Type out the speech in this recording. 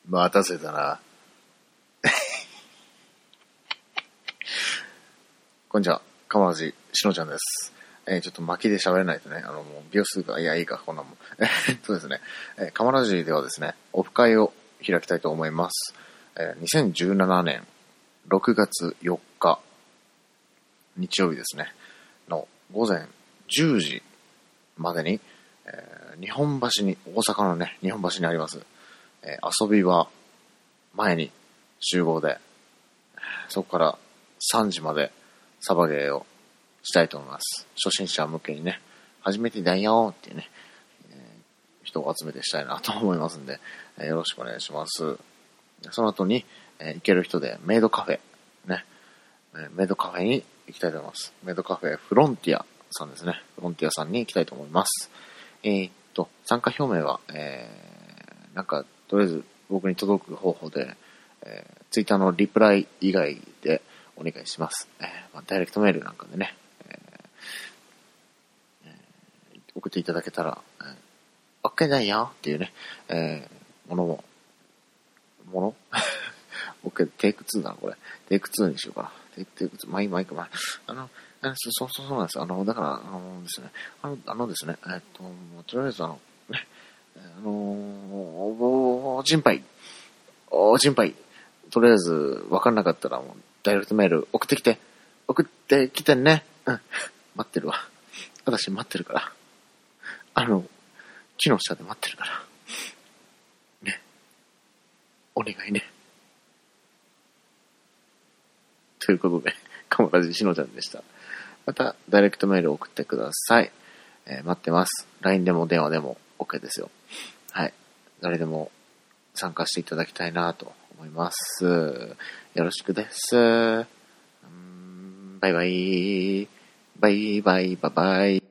待たせたな。こんにちは、鎌地しのちゃんです。ちょっと巻きで喋れないとね、もう秒数が、いや、いいか、こんなもん。ですね、鎌ラジではですね、オフ会を開きたいと思います。2017年6月4日、日曜日ですね、の午前10時までに、日本橋に、大阪のね、日本橋にあります、遊びは前に集合で、そこから3時までサバゲーをしたいと思います。初心者向けにね、初めてだよっていうね、人を集めてしたいなと思いますんで、よろしくお願いします。その後に、行ける人でメイドカフェ、ね、メイドカフェに行きたいと思います。メイドカフェフロンティアさんですね。フロンティアさんに行きたいと思います。参加表明は、とりあえず僕に届く方法で、ツイッターのリプライ以外でお願いします。ダイレクトメールなんかでね、送っていただけたら、OK だよっていうね、OK テイク2だな、これ。テイク2にしようかな。テイク2、マイク、そうなんです。だから、ですね、ですね、とりあえず心配。とりあえず、わかんなかったら、ダイレクトメール送ってきてね。うん。待ってるわ。私待ってるから。木の下で待ってるから。ね。お願いね。ということで、鎌田しのちゃんでした。また、ダイレクトメールを送ってください。待ってます。LINE でも電話でも OK ですよ。はい。誰でも参加していただきたいなと思います。よろしくです。バイバイ。バイバイ。